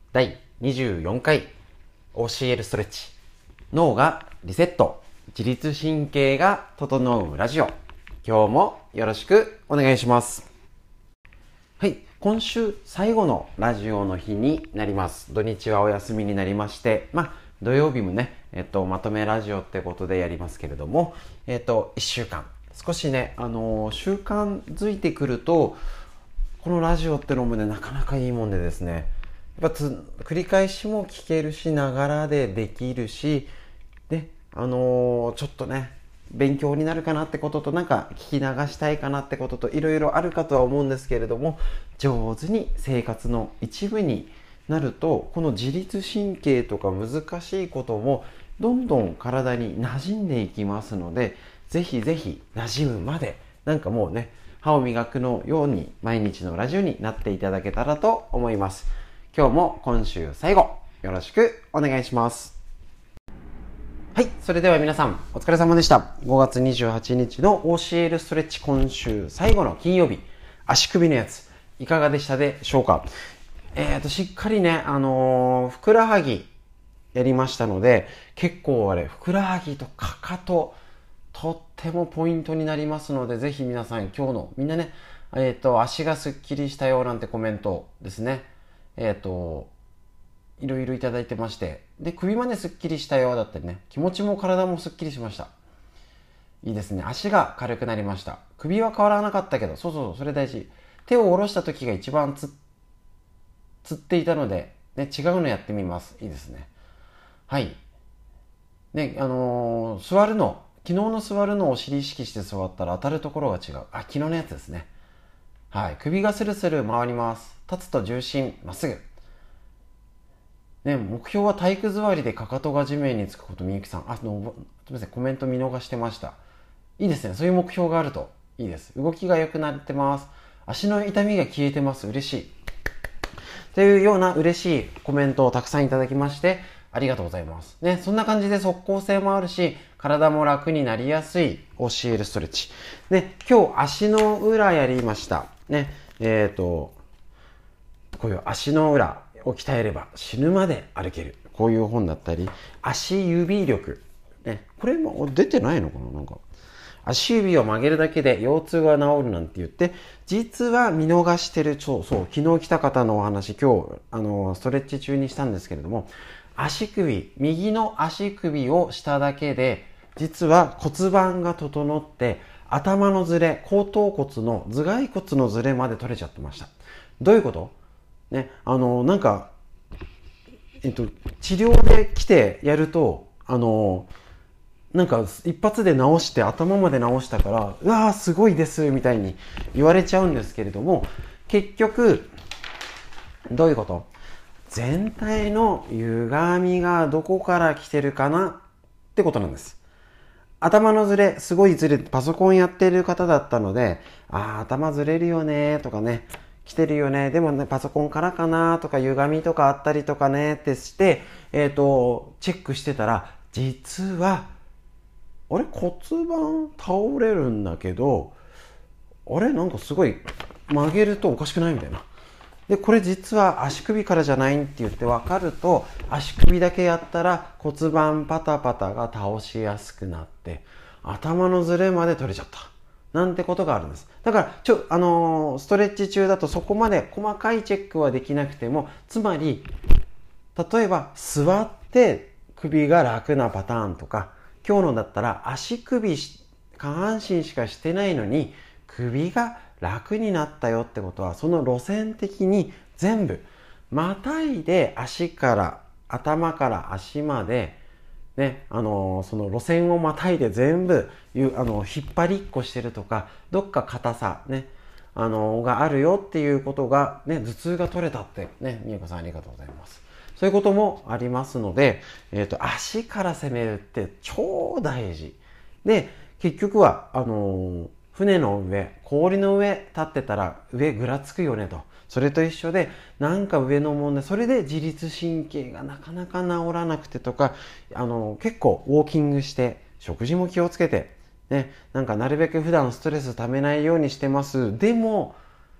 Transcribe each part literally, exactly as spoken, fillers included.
だいにじゅうよんかい オーシーエル ストレッチ。脳がリセット、自律神経が整うラジオ。今日もよろしくお願いします。はい、今週最後のラジオの日になります。土日はお休みになりまして、まあ土曜日もね、えっとまとめラジオってことでやりますけれども、えっといっしゅうかん少しね、あのー、習慣づいてくると、このラジオってのもね、なかなかいいもんでですね、やっぱつ繰り返しも聞けるし、ながらでできるし、で、あのー、ちょっとね、勉強になるかなってことと、なんか聞き流したいかなってことと、いろいろあるかとは思うんですけれども、上手に生活の一部になると、この自律神経とか難しいこともどんどん体に馴染んでいきますので、ぜひぜひ馴染むまで、なんかもうね、歯を磨くのように毎日のラジオになっていただけたらと思います。今日も今週最後、よろしくお願いします。はい、それでは皆さんお疲れ様でした。ごがつにじゅうはちにちの オーシーエル ストレッチ、今週最後の金曜日、足首のやついかがでしたでしょうか。えーとしっかりね、あのー、ふくらはぎやりましたので、結構あれふくらはぎとかかととってもポイントになりますので、ぜひ皆さん今日のみんなね、えーと足がすっきりしたよなんてコメントですね、えーといろいろいただいてまして、で首まですっきりしたよだったりね、気持ちも体もすっきりしました。いいですね。足が軽くなりました。首は変わらなかったけど、そうそうそう、それ大事。手を下ろした時が一番つつっていたので、ね、違うのやってみます。いいですね。はい。ね、あのー、座るの、昨日の座るのをお尻意識して座ったら当たるところが違う。あ、昨日のやつですね。はい。首がスルスル回ります。立つと重心、まっすぐ。ね、目標は体育座りでかかとが地面につくこと。みゆきさん。あの、すみません。コメント見逃してました。いいですね。そういう目標があるといいです。動きが良くなってます。足の痛みが消えてます。嬉しい。というような嬉しいコメントをたくさんいただきまして、ありがとうございます。ね、そんな感じで即効性もあるし、体も楽になりやすい オーシーエル ストレッチ。ね、今日足の裏やりました。ね、えっと、こういう足の裏を鍛えれば死ぬまで歩ける。こういう本だったり、足指力。ね、これも出てないのかななんか。足指を曲げるだけで腰痛が治るなんて言って、実は見逃してる、そう、そう昨日来た方のお話、今日、あの、ストレッチ中にしたんですけれども、足首、右の足首をしただけで、実は骨盤が整って、頭のずれ、後頭骨の頭蓋骨のずれまで取れちゃってました。どういうことね、あの、なんか、えっと、治療で来てやると、あの、なんか一発で治して頭まで治したから、うわーすごいですみたいに言われちゃうんですけれども、結局、どういうこと？全体の歪みがどこから来てるかなってことなんです。頭のずれ、すごいずれ、パソコンやってる方だったので、あー頭ずれるよねとかね、来てるよね、でもね、パソコンからかなとか、歪みとかあったりとかねってして、えっと、チェックしてたら、実は、あれ骨盤倒れるんだけど、あれなんかすごい曲げるとおかしくないみたいな。で、これ実は足首からじゃないって言って分かると、足首だけやったら骨盤パタパタが倒しやすくなって、頭のずれまで取れちゃった。なんてことがあるんです。だから、ちょ、あのー、ストレッチ中だとそこまで細かいチェックはできなくても、つまり、例えば座って首が楽なパターンとか、今日のだったら足首、下半身しかしてないのに首が楽になったよってことは、その路線的に全部またいで足から頭から足までね、あのー、その路線をまたいで全部あの引っ張りっこしてるとか、どっか硬さね、あのー、があるよっていうことがね、頭痛が取れたってね、みゆこさんありがとうございます。そういうこともありますので、えっと、足から攻めるって超大事。で、結局は、あのー、船の上、氷の上立ってたら上ぐらつくよねと。それと一緒で、なんか上の問題、それで自律神経がなかなか治らなくてとか、あのー、結構ウォーキングして、食事も気をつけて、ね、なんかなるべく普段ストレス溜めないようにしてます。でも、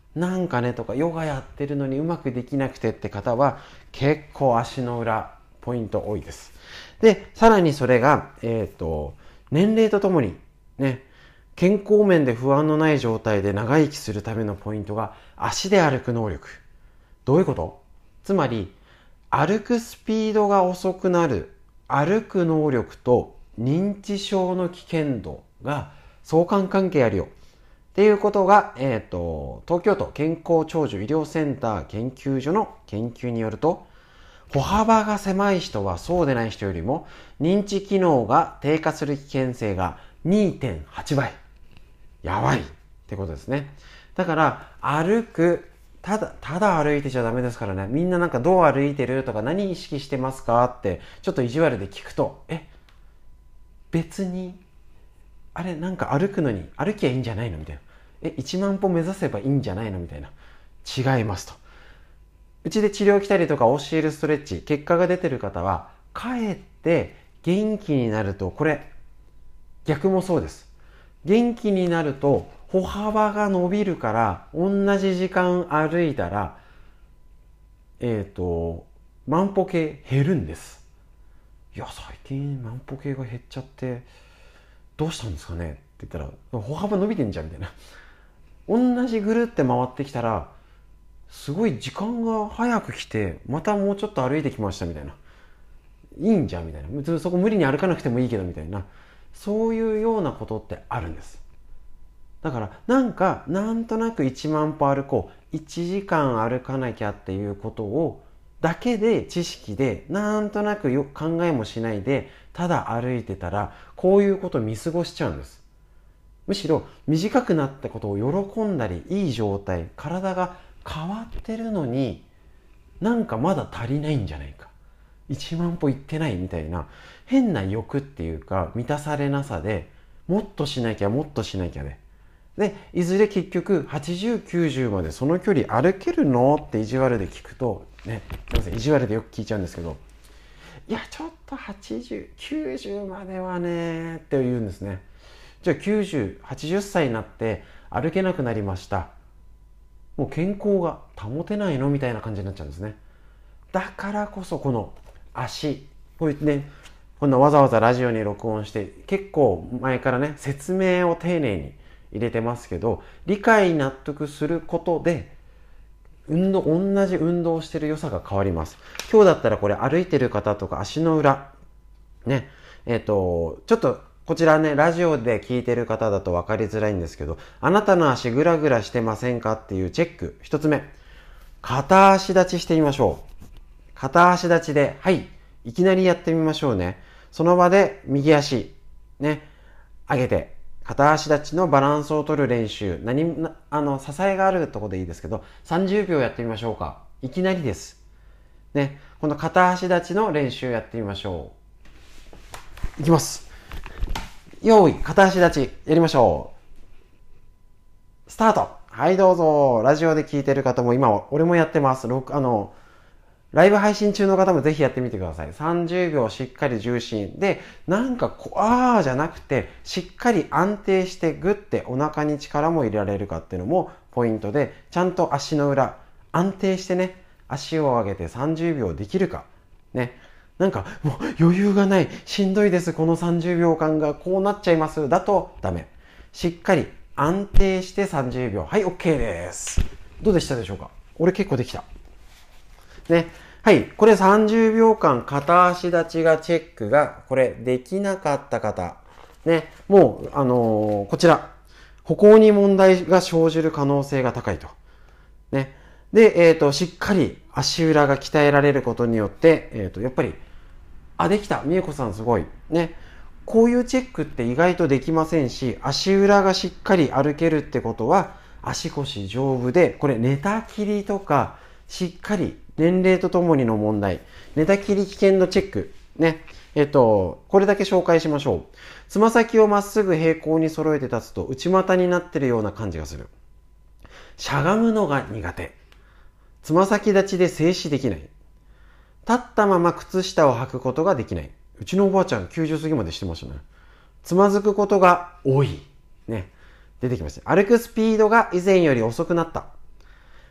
なんかねとかヨガやってるのにうまくできなくてって方は結構足の裏ポイント多いです。で、さらにそれが、えっと、年齢とともにね、健康面で不安のない状態で長生きするためのポイントが足で歩く能力。どういうこと？つまり、歩くスピードが遅くなる歩く能力と認知症の危険度が相関関係あるよっていうことが、えっと、東京都健康長寿医療センター研究所の研究によると、歩幅が狭い人はそうでない人よりも認知機能が低下する危険性が にてんはち 倍。やばいってことですね。だから歩く、ただ、ただ歩いてちゃダメですからね。みんななんかどう歩いてるとか何意識してますかってちょっと意地悪で聞くと、え、別に、あれなんか歩くのに歩きゃいいんじゃないのみたいな。え、いちまん歩目指せばいいんじゃないのみたいな。違いますと。うちで治療来たりとか教えるストレッチ、結果が出てる方は、かえって元気になると、これ、逆もそうです。元気になると歩幅が伸びるから、同じ時間歩いたら、えっと、万歩計減るんです。いや、最近万歩計が減っちゃって、どうしたんですかねって言ったら、歩幅伸びてんじゃんみたいな。同じぐるって回ってきたら、すごい時間が早く来て、またもうちょっと歩いてきましたみたいな。いいんじゃんみたいな。別にそこ無理に歩かなくてもいいけどみたいな。そういうようなことってあるんです。だからなんかなんとなくいちまん歩歩こう、いちじかん歩かなきゃっていうことをだけで知識でなんとなくよ考えもしないでただ歩いてたら、こういうことを見過ごしちゃうんです。むしろ短くなったことを喜んだり、いい状態、体が変わってるのになんかまだ足りないんじゃないか、いちまん歩行ってないみたいな変な欲っていうか満たされなさで、もっとしなきゃもっとしなきゃで、でいずれ結局はちじゅうきゅうじゅうまでその距離歩けるのって意地悪で聞くとね、すいません、意地悪でよく聞いちゃうんですけど、いやちょっとはちじゅう、きゅうじゅうまではねって言うんですね。じゃあきゅうじゅう、はちじゅっさいになって歩けなくなりました、もう健康が保てないのみたいな感じになっちゃうんですね。だからこそこの足、こういうね、こんなわざわざラジオに録音して結構前からね説明を丁寧に入れてますけど、理解納得することで運動、同じ運動をしてる良さが変わります。今日だったらこれ歩いてる方とか足の裏ね、えっとちょっとこちらねラジオで聞いてる方だと分かりづらいんですけど、あなたの足グラグラしてませんかっていうチェック。一つ目、片足立ちしてみましょう。片足立ちで、はい、いきなりやってみましょうね。その場で右足ね上げて、片足立ちのバランスを取る練習、何あの支えがあるところでいいですけどさんじゅうびょうやってみましょうか。いきなりですね。この片足立ちの練習やってみましょう。いきます。用意、片足立ちやりましょう。スタート。はい、どうぞ。ラジオで聞いてる方も今俺もやってます。あのライブ配信中の方もぜひやってみてください。さんじゅうびょうしっかり重心で、なんかこう、あーじゃなくて、しっかり安定してグッてお腹に力も入れられるかっていうのもポイントで、ちゃんと足の裏、安定してね、足を上げてさんじゅうびょうできるか。ね。なんかもう余裕がない、しんどいです、このさんじゅうびょうかんがこうなっちゃいます。だとダメ。しっかり安定してさんじゅうびょう。はい、OK です。どうでしたでしょうか？俺結構できた。ね。はい。これさんじゅうびょうかん片足立ちがチェックが、これできなかった方。ね。もう、あのー、こちら。歩行に問題が生じる可能性が高いと。ね。で、えっと、しっかり足裏が鍛えられることによって、えっと、やっぱり、あ、できた。みえこさんすごい。ね。こういうチェックって意外とできませんし、足裏がしっかり歩けるってことは、足腰丈夫で、これ寝たきりとか、しっかり年齢とともにの問題、寝たきり危険度チェック。ね。えっと、これだけ紹介しましょう。つま先をまっすぐ平行に揃えて立つと内股になってるような感じがする。しゃがむのが苦手。つま先立ちで静止できない。立ったまま靴下を履くことができない。うちのおばあちゃんきゅうじゅう過ぎまでしてましたね。つまずくことが多い。ね。出てきました。歩くスピードが以前より遅くなった。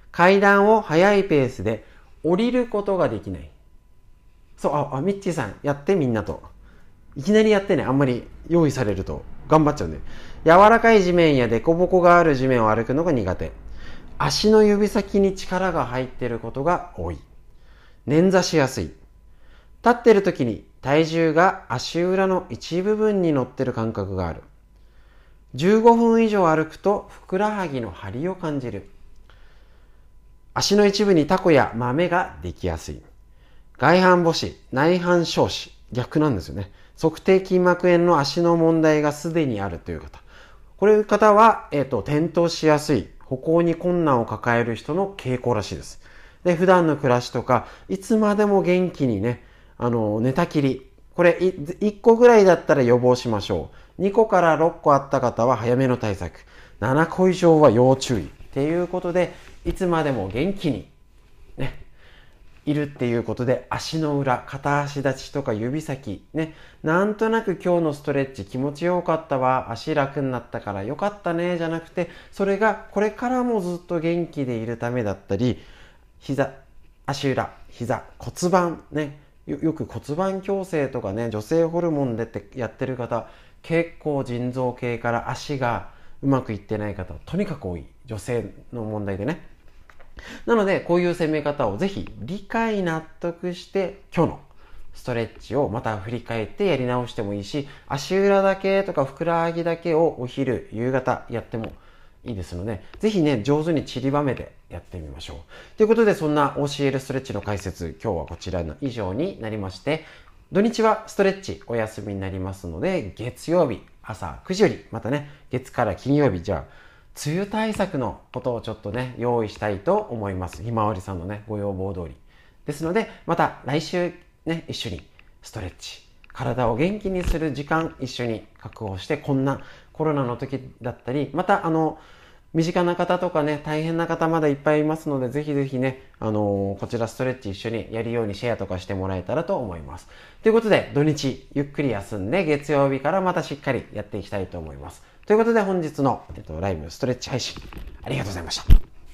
階段を速いペースで降りることができない。そう、あ、あミッチーさん、やってみんなと。いきなりやってね、あんまり用意されると頑張っちゃうんで。柔らかい地面や凸凹がある地面を歩くのが苦手。足の指先に力が入っていることが多い。捻挫しやすい。立っている時に体重が足裏の一部分に乗っている感覚がある。じゅうごふん以上歩くとふくらはぎの張りを感じる。足の一部にタコや豆ができやすい。外反母趾、内反小趾、逆なんですよね。足底筋膜炎の足の問題がすでにあるという方。こういう方は、えっと、転倒しやすい、歩行に困難を抱える人の傾向らしいです。で、普段の暮らしとか、いつまでも元気にね、あの、寝たきり。これ、いっこぐらいだったら予防しましょう。にこからろっこあった方は早めの対策。ななこ以上は要注意。っていうことで、いつまでも元気に、ね、いるっていうことで、足の裏、片足立ちとか指先、ね、なんとなく今日のストレッチ気持ちよかったわ、足楽になったからよかったね、じゃなくて、それがこれからもずっと元気でいるためだったり、膝、足裏、膝、骨盤、ね、よ, よく骨盤矯正とかね、女性ホルモンでってやってる方、結構腎臓系から足がうまくいってない方、とにかく多い。女性の問題でね。なので、こういう攻め方をぜひ理解納得して、今日のストレッチをまた振り返ってやり直してもいいし、足裏だけとかふくらはぎだけをお昼、夕方やってもいいですので、ぜひね、上手に散りばめてやってみましょう。ということで、そんな オーシーエル ストレッチの解説、今日はこちらの以上になりまして、土日はストレッチお休みになりますので、月曜日朝くじより、またね、月から金曜日、じゃあ、梅雨対策のことをちょっとね、用意したいと思います。ひまわりさんのね、ご要望通り。ですので、また来週ね、一緒にストレッチ、体を元気にする時間一緒に確保して、こんなコロナの時だったり、またあの、身近な方とかね、大変な方まだいっぱいいますので、ぜひぜひね、あのー、こちらストレッチ一緒にやるようにシェアとかしてもらえたらと思います。ということで、土日ゆっくり休んで、月曜日からまたしっかりやっていきたいと思います。ということで、本日の、えっと、ライブストレッチ配信、ありがとうございました。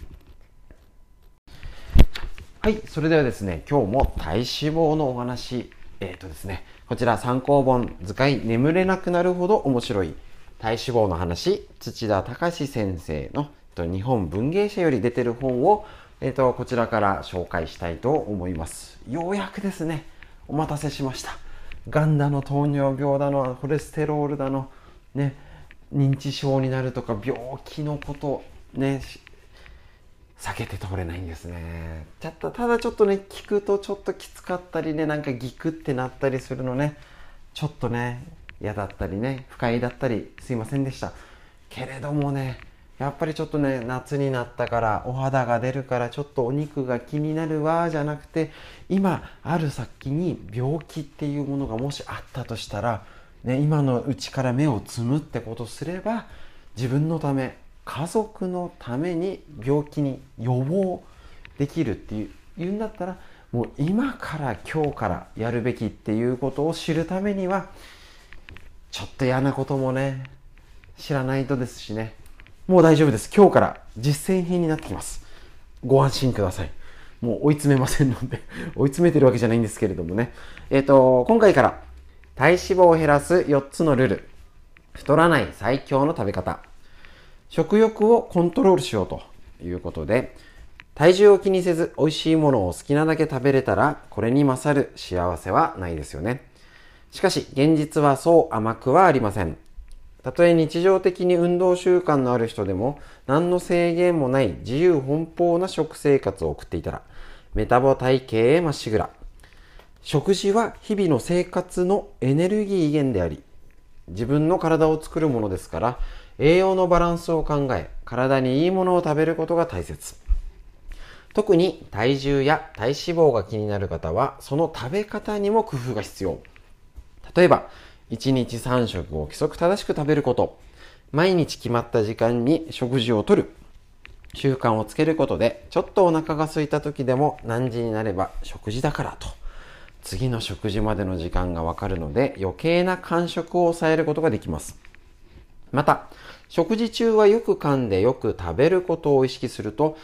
はい、それではですね、今日も体脂肪のお話、えっとですね、こちら参考本、図解眠れなくなるほど面白い体脂肪の話、土田隆先生の日本文芸社より出てる本を、えっと、こちらから紹介したいと思います。ようやくですね、お待たせしました。がんだの、糖尿病だの、コレステロールだの、ね、認知症になるとか病気のことね、避けて通れないんですね。ただ、ただちょっとね、聞くとちょっときつかったりね、なんかギクってなったりするのね、ちょっとね、嫌だったりね、不快だったりすいませんでした。けれどもね、やっぱりちょっとね、夏になったからお肌が出るからちょっとお肉が気になるわじゃなくて、今ある先に病気っていうものがもしあったとしたら、ね、今のうちから目をつむってことすれば、自分のため、家族のために病気に予防できるっていう言うんだったら、もう今から今日からやるべきっていうことを知るためには、ちょっと嫌なこともね、知らないとですしね、もう大丈夫です。今日から実践品になってきます。ご安心ください。もう追い詰めませんので追い詰めてるわけじゃないんですけれどもね。えっと、今回から体脂肪を減らすよっつのルール。太らない最強の食べ方。食欲をコントロールしようということで、体重を気にせず美味しいものを好きなだけ食べれたら、これに勝る幸せはないですよね。しかし、現実はそう甘くはありません。たとえ日常的に運動習慣のある人でも、何の制限もない自由奔放な食生活を送っていたら、メタボ体型へまっしぐら。食事は日々の生活のエネルギー源であり、自分の体を作るものですから、栄養のバランスを考え、体にいいものを食べることが大切。特に体重や体脂肪が気になる方は、その食べ方にも工夫が必要。例えば、いちにちさん食を規則正しく食べること、毎日決まった時間に食事をとる、習慣をつけることで、ちょっとお腹が空いた時でも何時になれば食事だからと、次の食事までの時間がわかるので、余計な間食を抑えることができます。また、食事中はよく噛んでよく食べることを意識すると、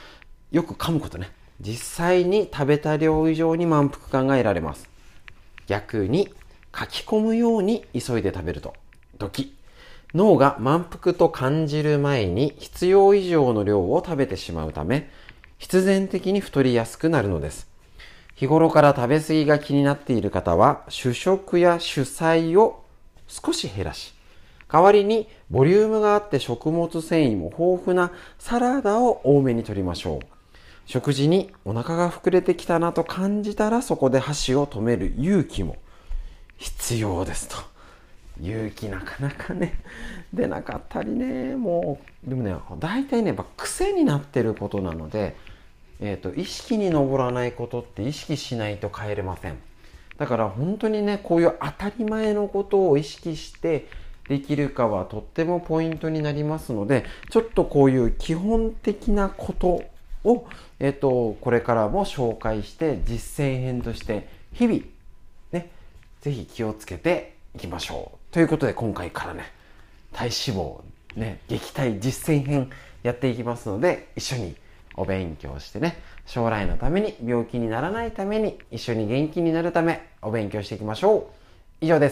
よく噛むことね。実際に食べた量以上に満腹感が得られます。逆に書き込むように急いで食べると、ドキ。脳が満腹と感じる前に必要以上の量を食べてしまうため、必然的に太りやすくなるのです。日頃から食べ過ぎが気になっている方は、主食や主菜を少し減らし、代わりにボリュームがあって食物繊維も豊富なサラダを多めに摂りましょう。食事にお腹が膨れてきたなと感じたら、そこで箸を止める勇気も必要ですと。勇気なかなかね出なかったりね、もうでもね、大体ねやっぱ癖になってることなので、えーと、意識に上らないことって意識しないと変えれません。だから本当にね、こういう当たり前のことを意識してできるかはとってもポイントになりますので、ちょっとこういう基本的なことを、えーと、これからも紹介して実践編として日々ね、ぜひ気をつけていきましょう。ということで今回からね、体脂肪ね、撃退実践編やっていきますので、一緒にお勉強してね、将来のために、病気にならないために、一緒に元気になるためお勉強していきましょう。以上です。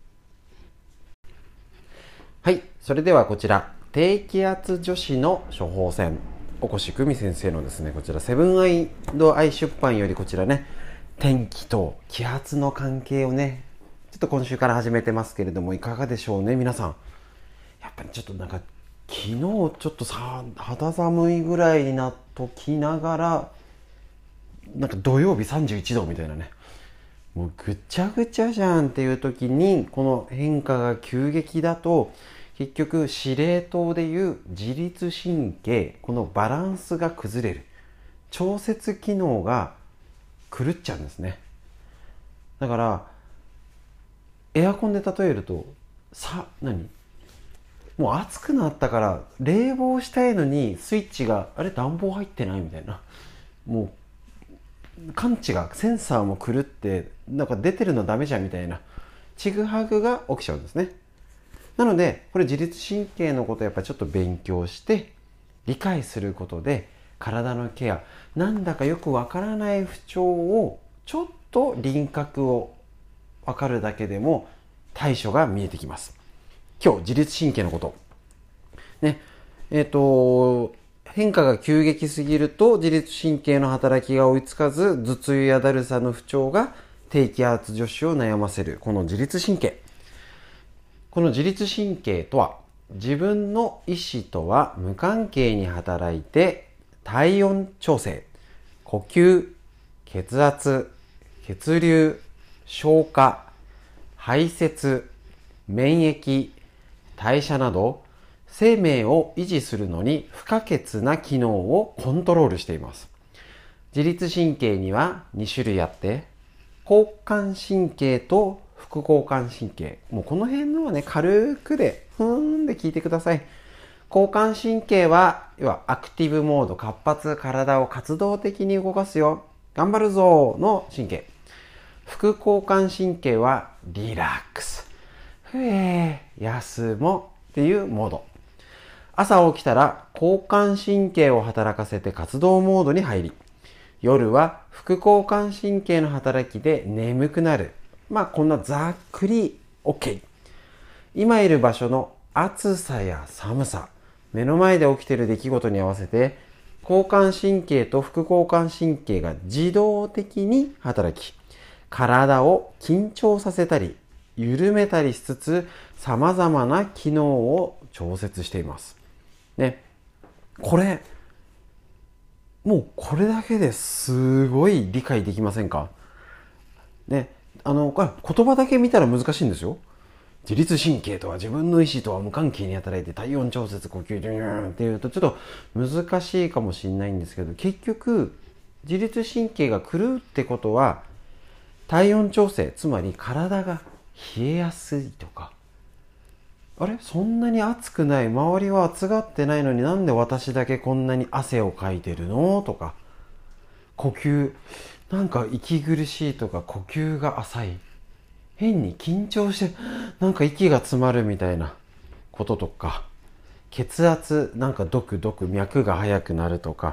はい、それではこちら低気圧女子の処方箋、おこしくみ先生のですね、こちらセブンアイドアイ出版よりこちらね、天気と気圧の関係をね、ちょっと今週から始めてますけれども、いかがでしょうね皆さん。やっぱりちょっとなんか昨日ちょっとさ肌寒いぐらいになっときながら、なんか土曜日さんじゅういちどみたいなね、もうぐちゃぐちゃじゃんっていう時に、この変化が急激だと結局司令塔でいう自律神経、このバランスが崩れる、調節機能が狂っちゃうんですね。だからエアコンで例えると、さ何もう暑くなったから冷房したいのにスイッチがあれ暖房入ってないみたいな、もう感知がセンサーも狂ってなんか出てるのダメじゃんみたいなちぐはぐが起きちゃうんですね。なのでこれ自律神経のことやっぱりちょっと勉強して理解することで、体のケア、なんだかよくわからない不調をちょっと輪郭をわかるだけでも対処が見えてきます。今日自律神経のことね、えっと変化が急激すぎると自律神経の働きが追いつかず、頭痛やだるさの不調が低気圧女子を悩ませるこの自律神経。この自律神経とは、自分の意思とは無関係に働いて体温調整、呼吸、血圧、血流、消化、排泄、免疫、代謝など生命を維持するのに不可欠な機能をコントロールしています。自律神経にはに種類あって、交感神経と副交感神経。もうこの辺のはね、軽くでふーんで聞いてください。交感神経は要はアクティブモード、活発、体を活動的に動かすよ、頑張るぞの神経。副交感神経はリラックス、ふえー休もうっていうモード。朝起きたら交感神経を働かせて活動モードに入り、夜は副交感神経の働きで眠くなる。まあこんなざっくり OK。 今いる場所の暑さや寒さ、目の前で起きている出来事に合わせて交感神経と副交感神経が自動的に働き、体を緊張させたり緩めたりしつつ、様々な機能を調節していますね。これもうこれだけですごい理解できませんかね。あのこれ言葉だけ見たら難しいんですよ。自律神経とは自分の意思とは無関係に働いて体温調節、呼吸っていうとちょっと難しいかもしれないんですけど、結局自律神経が狂うってことは、体温調整、つまり体が冷えやすいとか、あれそんなに暑くない、周りは暑がってないのになんで私だけこんなに汗をかいてるのとか、呼吸なんか息苦しいとか、呼吸が浅い、変に緊張してなんか息が詰まるみたいなこととか、血圧なんかドクドク脈が速くなるとか、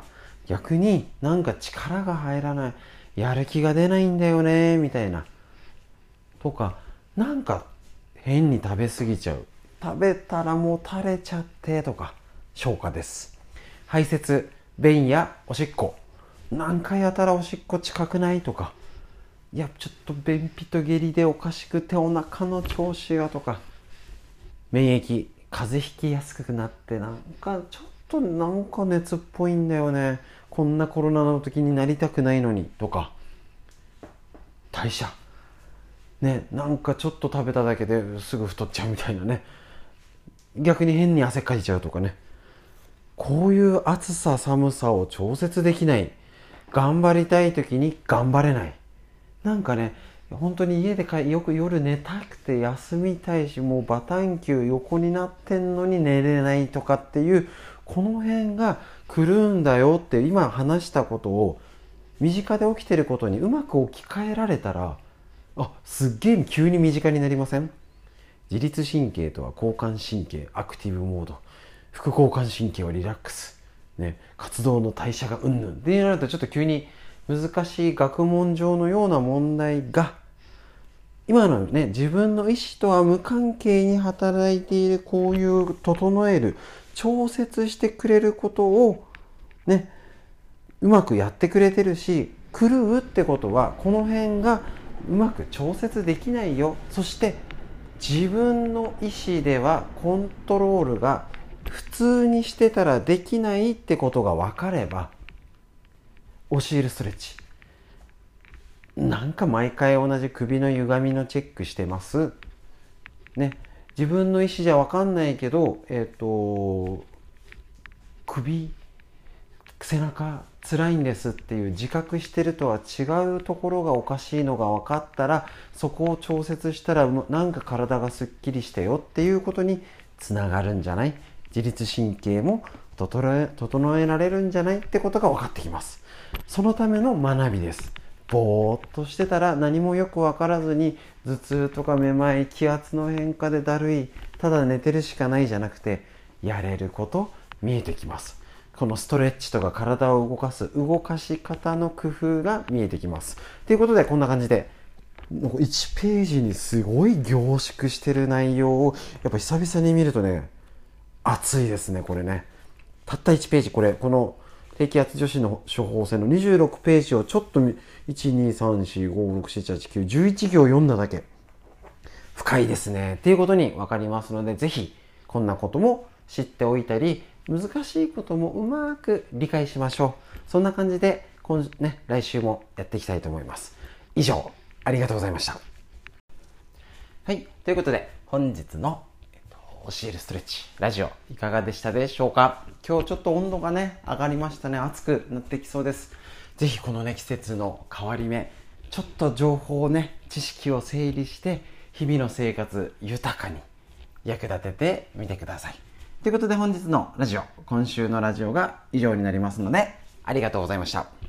逆になんか力が入らない、やる気が出ないんだよねみたいなとか、なんか変に食べ過ぎちゃう、食べたらもう垂れちゃってとか、消化です。排泄、便やおしっこ、何回やたらおしっこ近くないとか、いやちょっと便秘と下痢でおかしくてお腹の調子がとか、免疫、風邪ひきやすくなってなんかちょっとなんか熱っぽいんだよね、こんなコロナの時になりたくないのにとか、代謝ね、なんかちょっと食べただけですぐ太っちゃうみたいなね、逆に変に汗かいちゃうとかね、こういう暑さ寒さを調節できない、頑張りたい時に頑張れない、なんかね本当に家でかよく夜寝たくて休みたいし、もうバタンキュー横になってんのに寝れないとかっていう、この辺が来るんだよって今話したことを身近で起きてることにうまく置き換えられたら、あ、すっげえ急に身近になりません？自律神経とは交感神経アクティブモード、副交感神経はリラックス、ね、活動の代謝がうんぬんでなるとちょっと急に難しい学問上のような問題が、今のね自分の意思とは無関係に働いているこういう整える調節してくれることをねうまくやってくれてるし、狂うってことはこの辺がうまく調節できないよ、そして自分の意思ではコントロールが普通にしてたらできないってことが分かれば、教えるストレッチ、なんか毎回同じ首の歪みのチェックしてますね、自分の意思じゃ分かんないけど、えっと首背中辛いんですっていう自覚してるとは違うところがおかしいのが分かったら、そこを調節したらなんか体がすっきりしたよっていうことにつながるんじゃない、自律神経も整え、整えられるんじゃないってことが分かってきます。そのための学びです。ぼーっとしてたら何もよく分からずに頭痛とかめまい、気圧の変化でだるい、ただ寝てるしかないじゃなくて、やれること見えてきます。このストレッチとか体を動かす動かし方の工夫が見えてきます。ということでこんな感じでいちページにすごい凝縮してる内容をやっぱ久々に見るとね、熱いですねこれね。たったいちページ、これこの低気圧女子の処方箋のにじゅうろくページをちょっといち、に、さん、よん、ご、ろく、なな、はち、きゅう、じゅういち行読んだだけ深いですねっていうことに分かりますので、ぜひこんなことも知っておいたり、難しいこともうまく理解しましょう。そんな感じで今、ね、来週もやっていきたいと思います。以上、ありがとうございました。はい、ということで本日の、えっと、教えるストレッチラジオいかがでしたでしょうか。今日ちょっと温度がね上がりましたね。暑くなってきそうです。ぜひこのね季節の変わり目、ちょっと情報をね知識を整理して日々の生活豊かに役立ててみてください。ということで本日のラジオ、今週のラジオが以上になりますので、ありがとうございました。